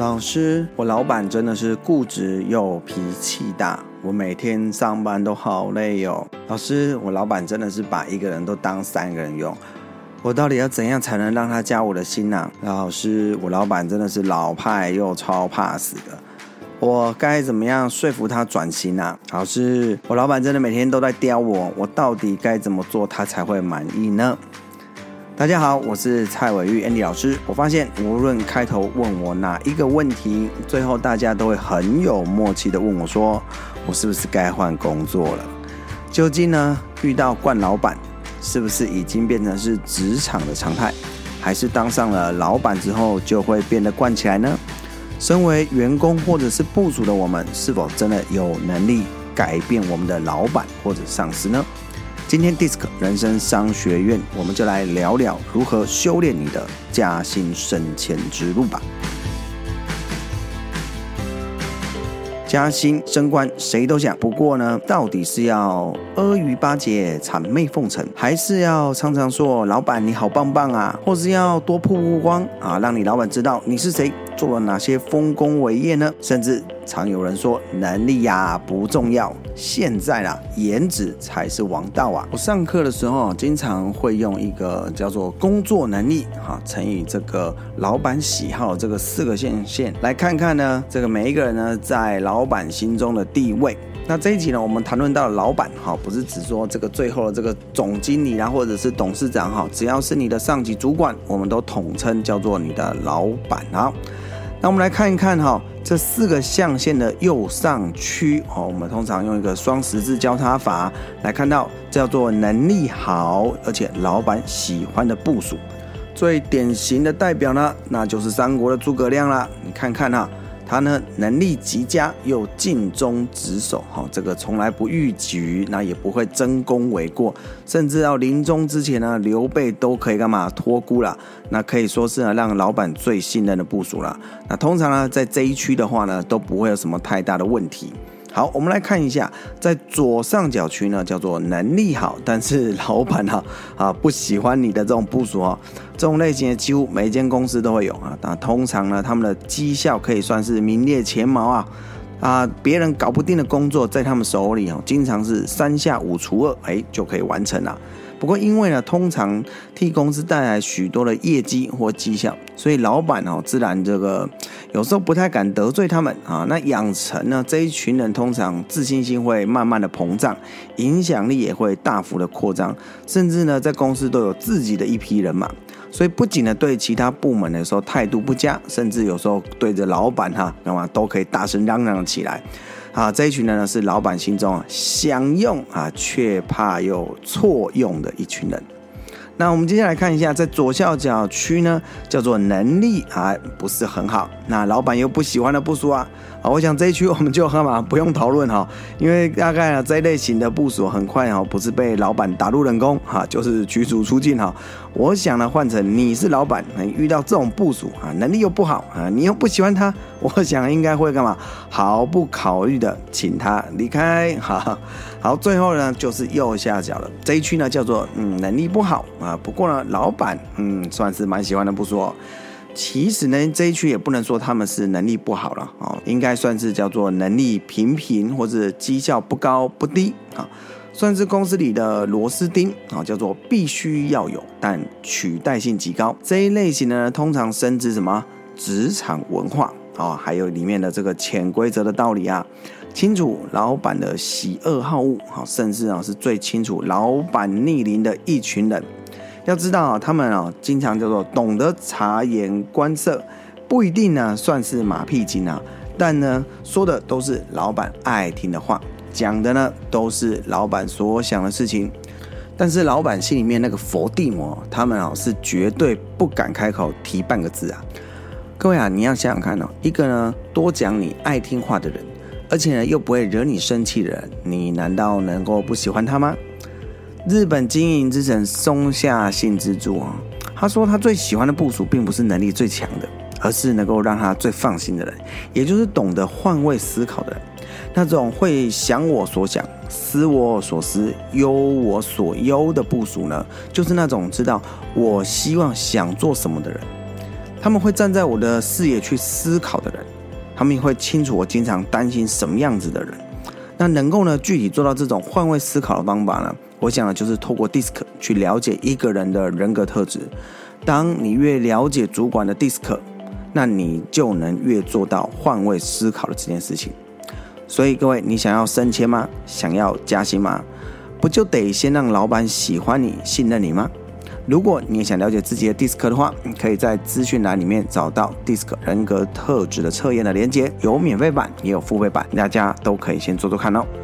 老师，我老板真的是固执又脾气大，我每天上班都好累哦。老师，我老板真的是把一个人都当三个人用，我到底要怎样才能让他加我的心啊？老师，我老板真的是老派又超怕死的，我该怎么样说服他转型啊？老师，我老板真的每天都在刁我，我到底该怎么做他才会满意呢？大家好，我是蔡伟玉 Andy 老师。我发现无论开头问我哪一个问题，最后大家都会很有默契的问我说，我是不是该换工作了？究竟呢，遇到惯老板是不是已经变成是职场的常态，还是当上了老板之后就会变得惯起来呢？身为员工或者是部属的我们，是否真的有能力改变我们的老板或者上司呢？今天 DISC 人生商学院，我们就来聊聊如何修炼你的加薪升迁之路吧。加薪升官谁都想，不过呢，到底是要阿谀巴结、谄媚奉承，还是要常常说老板你好棒棒啊，或是要多曝光啊，让你老板知道你是谁，做了哪些丰功伟业呢？甚至常有人说能力呀不重要，现在啦颜值才是王道啊！我上课的时候经常会用一个叫做工作能力乘以这个老板喜好这个4个线来看看呢，这个每一个人呢在老板心中的地位。那这一集呢，我们谈论到老板不是只说这个最后的这个总经理或者是董事长只要是你的上级主管，我们都统称叫做你的老板。好，那我们来看一看这4个象限的右上区我们通常用一个双十字交叉法来看到叫做能力好而且老板喜欢的部属。最典型的代表呢，那就是三国的诸葛亮啦。你看看他呢能力极佳又尽忠职守这个从来不逾矩，那也不会争功诿过，甚至到临终之前呢，刘备都可以干嘛托孤啦，那可以说是让老板最信任的部属啦。那通常呢在这一区的话呢，都不会有什么太大的问题。好，我们来看一下，在左上角区呢，叫做能力好，但是老板不喜欢你的这种部属这种类型的几乎每一间公司都会有那通常呢，他们的绩效可以算是名列前茅别人搞不定的工作，在他们手里经常是3下5除2就可以完成了。不过因为呢，通常替公司带来许多的业绩或绩效，所以老板自然这个有时候不太敢得罪他们那养成呢这一群人通常自信心会慢慢的膨胀，影响力也会大幅的扩张，甚至呢在公司都有自己的一批人马。所以不仅呢对其他部门的时候态度不佳，甚至有时候对着老板都可以大声嚷嚷起来这一群人呢是老板心中想用却怕又错用的一群人。那我们接下来看一下，在左下角区呢叫做能力不是很好，那老板又不喜欢的部属我想这一区我们就不用讨论因为大概这一类型的部属很快不是被老板打入冷宫就是驱逐出境我想呢换成你是老板，遇到这种部属能力又不好你又不喜欢他，我想应该会干嘛毫不考虑的请他离开好，最后呢就是右下角了，这一区呢叫做能力不好不过呢老板算是蛮喜欢的部属其实呢这一区也不能说他们是能力不好了应该算是叫做能力平平或者绩效不高不低算是公司里的螺丝钉叫做必须要有但取代性极高。这一类型呢通常深知什么职场文化还有里面的这个潜规则的道理清楚老板的喜恶好恶甚至是最清楚老板逆鳞的一群人。要知道他们经常叫做懂得察言观色，不一定呢算是马屁精但呢说的都是老板爱听的话，讲的呢都是老板所想的事情。但是老板心里面那个佛地魔，他们是绝对不敢开口提半个字各位你要想想看一个呢多讲你爱听话的人，而且呢又不会惹你生气的人，你难道能够不喜欢他吗？日本经营之神松下幸之助他说他最喜欢的部属并不是能力最强的，而是能够让他最放心的人，也就是懂得换位思考的人。那种会想我所想、思我所思、忧我所忧的部属呢，就是那种知道我希望想做什么的人。 他们会站在我的视野去思考的人，他们也会清楚我经常担心什么样子的人。那能够呢具体做到这种换位思考的方法呢，我想的就是透过 DISC 去了解一个人的人格特质。当你越了解主管的 DISC， 那你就能越做到换位思考的这件事情。所以各位，你想要升迁吗？想要加薪吗？不就得先让老板喜欢你、信任你吗？如果你也想了解自己的 DISC 的话，可以在资讯栏里面找到 DISC 人格特质的测验的连结，有免费版也有付费版，大家都可以先做做看哦。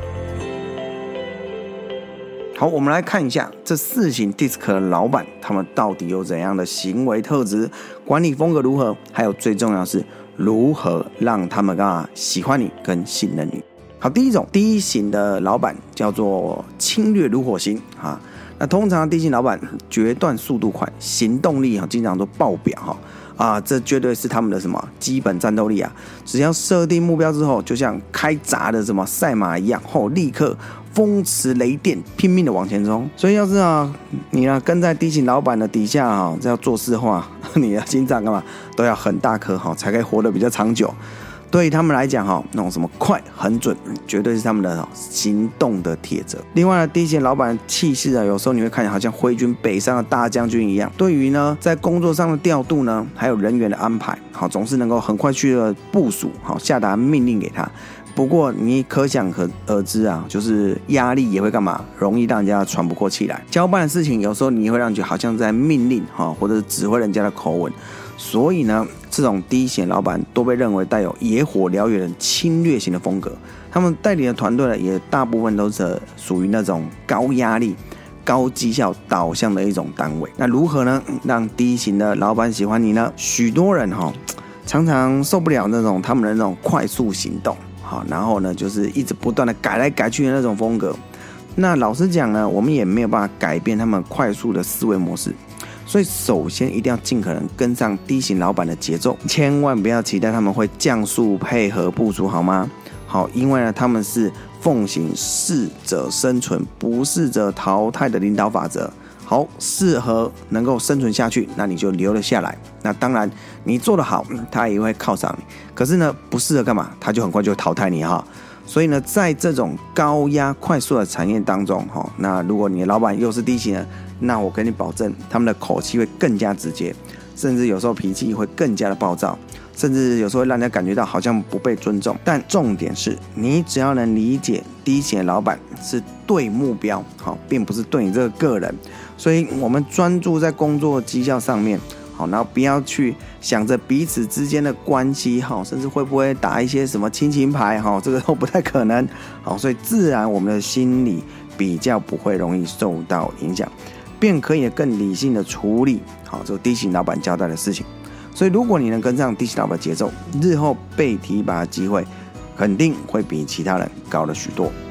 好，我们来看一下这4型 DISC 的老板，他们到底有怎样的行为特质，管理风格如何，还有最重要的是如何让他们喜欢你跟信任你。好，第一型的老板叫做侵略如火型啊。那通常第一型老板决断速度快，行动力经常都爆表这绝对是他们的什么基本战斗力啊！只要设定目标之后，就像开闸的什么赛马一样，立刻风驰雷电，拼命的往前冲。所以要是你跟在第一型老板的底下要做事的话，你的心脏都要很大颗才可以活得比较长久。对于他们来讲那种什么快很准，绝对是他们的行动的铁则。另外呢，第一型老板的气势有时候你会看见好像挥军北上的大将军一样。对于呢在工作上的调度呢，还有人员的安排，总是能够很快去部署，下达命令给他。不过你可想而知就是压力也会容易让人家喘不过气来。交办的事情有时候你会让人觉得好像在命令或者是指挥人家的口吻。所以呢，这种第一型老板都被认为带有野火燎原的侵略型的风格。他们带领的团队呢，也大部分都是属于那种高压力、高绩效导向的一种单位。那如何呢，让第一型的老板喜欢你呢？许多人常常受不了那种他们的那种快速行动，然后呢，就是一直不断的改来改去的那种风格。那老实讲呢，我们也没有办法改变他们快速的思维模式。所以首先一定要尽可能跟上低型老板的节奏，千万不要期待他们会降速配合部署，好吗？好，因为呢他们是奉行适者生存，不适者淘汰的领导法则。好，适合能够生存下去，那你就留了下来。那当然你做得好，他也会犒赏你。可是呢不适合干嘛，他就很快就会淘汰你所以呢，在这种高压快速的产业当中，那如果你的老板又是低型的，那我跟你保证，他们的口气会更加直接，甚至有时候脾气会更加的暴躁，甚至有时候会让人家感觉到好像不被尊重。但重点是，你只要能理解低型的老板是对目标，并不是对你这个个人。所以我们专注在工作绩效上面。然后不要去想着彼此之间的关系，甚至会不会打一些什么亲情牌，这个都不太可能。所以自然我们的心理比较不会容易受到影响，便可以更理性的处理这个低型老板交代的事情。所以如果你能跟上低型老板节奏，日后被提拔的机会肯定会比其他人高了许多。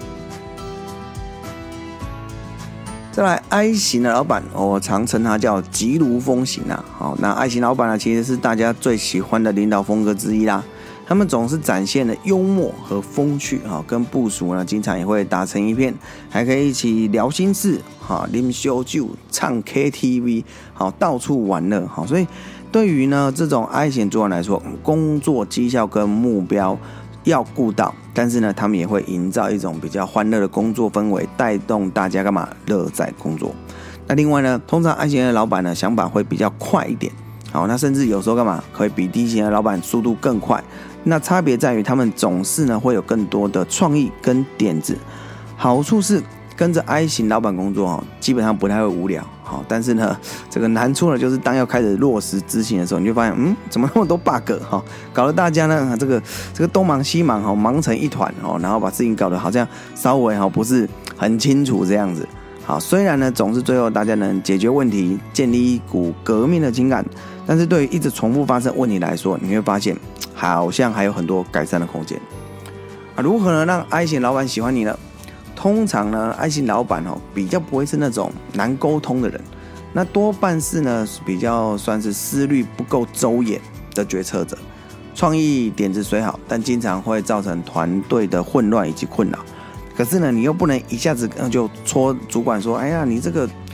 再来 I 型的老板，我常称他叫急如风型那 I 型老板呢，其实是大家最喜欢的领导风格之一啦。他们总是展现了幽默和风趣跟部属呢经常也会打成一片，还可以一起聊心事啉烧酒、唱 KTV 到处玩乐所以对于呢这种 I 型主管来说，工作绩效跟目标要顾到，但是呢他们也会营造一种比较欢乐的工作氛围，带动大家乐在工作。那另外呢，通常 I 型的老板呢想法会比较快一点，那甚至有时候可以比 D 型的老板速度更快。那差别在于他们总是呢会有更多的创意跟点子。好处是跟着 I 型老板工作基本上不太会无聊，但是呢这个难处呢就是当要开始落实执行的时候，你就发现怎么那么多 bug 搞得大家呢这个东忙西忙忙成一团然后把事情搞得好像稍微不是很清楚这样子。虽然呢总是最后大家能解决问题，建立一股革命的情感，但是对于一直重复发生问题来说，你会发现好像还有很多改善的空间。如何呢让 I 型老板喜欢你呢？通常呢 I 型老板比较不会是那种难沟通的人，那多半是呢比较算是思虑不够周延的决策者。创意点子虽好，但经常会造成团队的混乱以及困扰。可是呢你又不能一下子就戳主管说，哎呀你这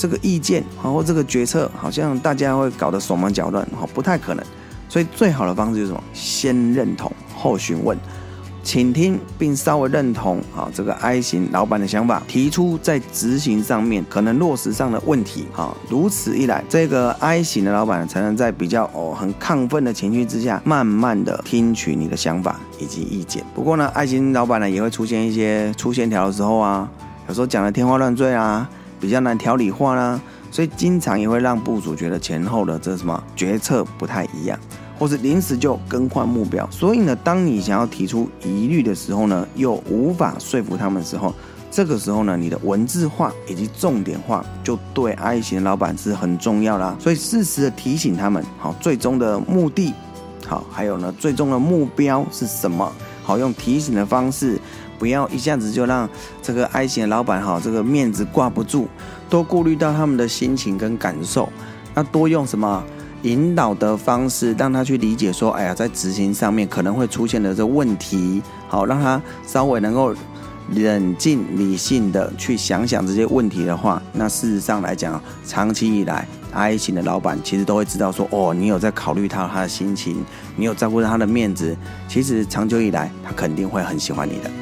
这个意见或这个决策好像大家会搞得手忙脚乱，不太可能。所以最好的方式就是什么？先认同后询问，倾听并稍微认同这个 I 型老板的想法，提出在执行上面可能落实上的问题。如此一来，这个 I 型的老板才能在比较很亢奋的情绪之下，慢慢的听取你的想法以及意见。不过呢 I 型老板呢也会出现一些粗线条的时候啊，有时候讲的天花乱坠啊，比较难条理化啦，所以经常也会让部属觉得前后的这什么决策不太一样，或是临时就更换目标。所以呢，当你想要提出疑虑的时候呢，又无法说服他们的时候，这个时候呢，你的文字化以及重点化就对 I 型的老板是很重要啦。所以适时的提醒他们，最终的目的，还有呢，最终的目标是什么？用提醒的方式，不要一下子就让这个 I 型的老板这个面子挂不住，多顾虑到他们的心情跟感受。那多用什么引导的方式，让他去理解说，在执行上面可能会出现的这问题，让他稍微能够冷静理性的去想想这些问题的话，那事实上来讲，长期以来 I 型的老板其实都会知道说，你有在考虑他的心情，你有照顾他的面子，其实长久以来他肯定会很喜欢你的。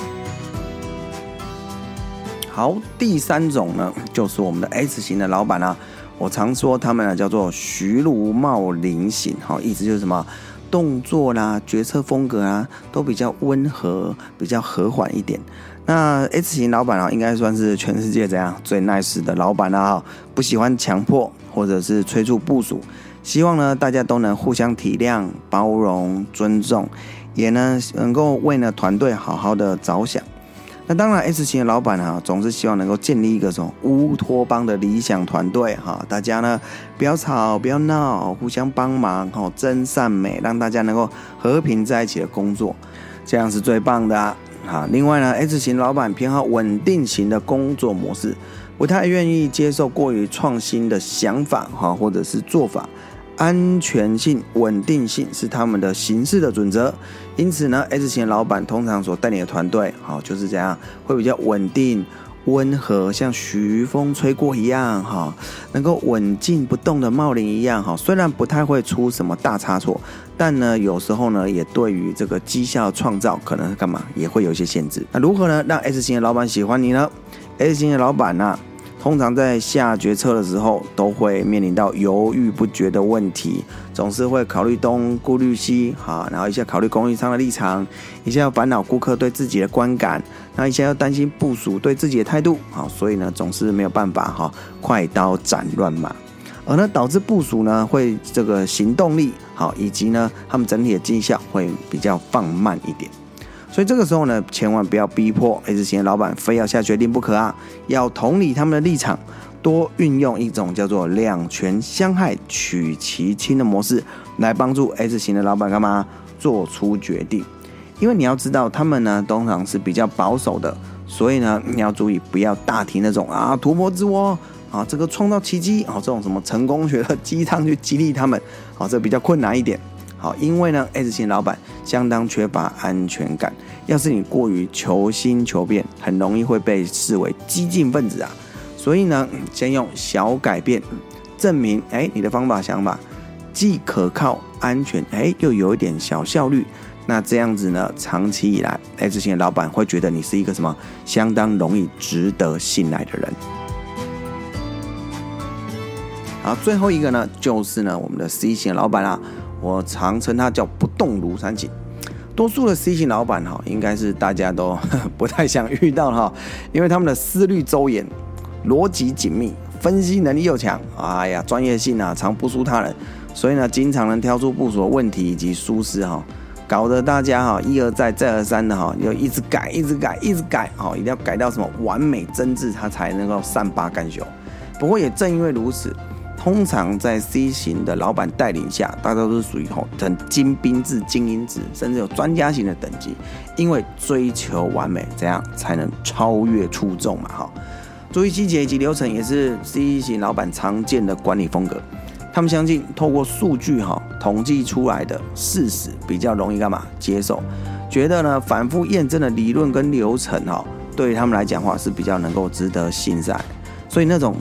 好，第三种呢，就是我们的 S 型的老板啊，我常说他们叫做徐如茂林型，意思就是什么？动作啦、决策风格啊，都比较温和、比较和缓一点。那 S 型老板应该算是全世界这样最 nice 的老板啦，不喜欢强迫或者是催促部属，希望呢大家都能互相体谅、包容、尊重，也呢能够为呢团队好好的着想。那当然 S 型的老板总是希望能够建立一个乌托邦的理想团队大家呢不要吵不要闹，互相帮忙真善美，让大家能够和平在一起的工作，这样是最棒的另外呢 S 型老板偏好稳定型的工作模式，不太愿意接受过于创新的想法或者是做法，安全性、稳定性是他们的行事的准则。因此呢 S 型的老板通常所带领的团队就是这样，会比较稳定温和，像徐风吹过一样能够稳静不动的茂林一样虽然不太会出什么大差错，但呢有时候呢也对于这个绩效创造可能干嘛也会有一些限制。那如何呢让 S 型的老板喜欢你呢？ S 型的老板通常在下决策的时候都会面临到犹豫不决的问题，总是会考虑东顾虑西然后一下考虑供应商的立场，一下要烦恼顾客对自己的观感，那一下要担心部属对自己的态度所以呢总是没有办法快刀斩乱麻，而呢导致部属呢会这个行动力以及呢他们整体的绩效会比较放慢一点。所以这个时候呢，千万不要逼迫 S 型的老板非要下决定不可要同理他们的立场，多运用一种叫做两权相害取其轻的模式，来帮助 S 型的老板干嘛做出决定。因为你要知道他们呢通常是比较保守的，所以呢你要注意不要大提那种突破自我这个创造奇迹这种什么成功学的鸡汤去激励他们这比较困难一点。因为呢 S 型老板相当缺乏安全感，要是你过于求新求变，很容易会被视为激进分子所以呢先用小改变证明你的方法想法既可靠安全又有一点小效率，那这样子呢长期以来 S 型的老板会觉得你是一个什么相当容易值得信赖的人。好，最后一个呢就是呢我们的 C 型的老板我常称他叫不动如山形。多数的 C 型老板应该是大家都不太想遇到的因为他们的思虑周延，逻辑紧密，分析能力又强，专业性常不输他人，所以呢经常能挑出部属的问题以及疏失搞得大家一而再再而三的要一直改一直改一直改一定要改到什么完美真挚，他才能够善罢甘休。不过也正因为如此，通常在 C 型的老板带领下，大家都是属于很精兵制、精英制，甚至有专家型的等级。因为追求完美，这样才能超越出众嘛注意细节以及流程也是 C 型老板常见的管理风格。他们相信透过数据统计出来的事实比较容易干嘛接受，觉得呢反复验证的理论跟流程对于他们来讲话是比较能够值得信赖。所以那种什么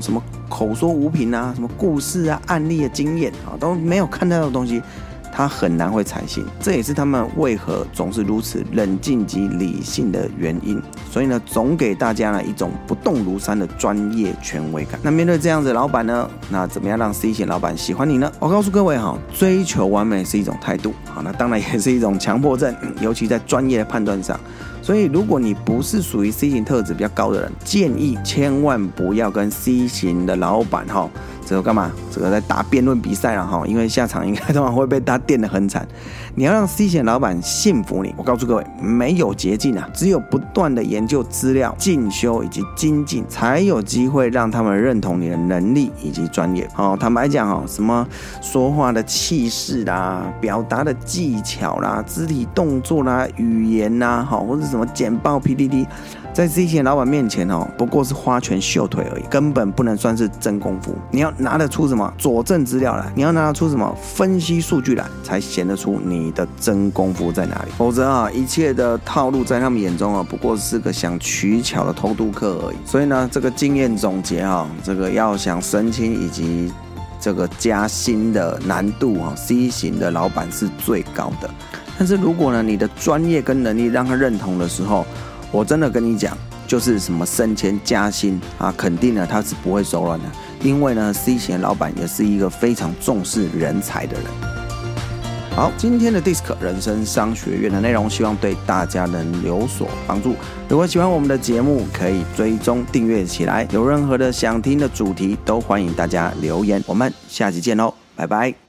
口说无凭啊，什么故事啊、案例的经验啊，都没有看到的东西，他很难会采信。这也是他们为何总是如此冷静及理性的原因。所以呢，总给大家呢一种不动如山的专业权威感。那面对这样子的老板呢，那怎么样让 C 型老板喜欢你呢？我告诉各位哈，追求完美是一种态度，好，那当然也是一种强迫症，尤其在专业的判断上。所以如果你不是属于 C 型特质比较高的人，建议千万不要跟 C 型的老板这个干嘛？这个在打辩论比赛啦，因为下场应该通常会被他电得很惨。你要让 C 型老板信服你，我告诉各位，没有捷径啊，只有不断的研究资料、进修以及精进，才有机会让他们认同你的能力以及专业。坦白讲什么说话的气势啦、表达的技巧啦、肢体动作啦、语言啦，或者什么简报 PPT， 在 C 型老板面前不过是花拳绣腿而已，根本不能算是真功夫。你要拿得出什么佐证资料来，你要拿得出什么分析数据来，才显得出你的真功夫在哪里。否则一切的套路在他们眼中不过是个想取巧的偷渡客而已。所以呢，这个经验总结这个要想升迁以及这个加薪的难度，C 型的老板是最高的。但是如果呢，你的专业跟能力让他认同的时候，我真的跟你讲，就是什么升迁加薪肯定呢他是不会手软的。因为呢 C 型的老板也是一个非常重视人才的人。好，今天的 DISC 人生商学院的内容希望对大家能有所帮助。如果喜欢我们的节目，可以追踪订阅起来，有任何的想听的主题都欢迎大家留言。我们下期见咯，拜拜。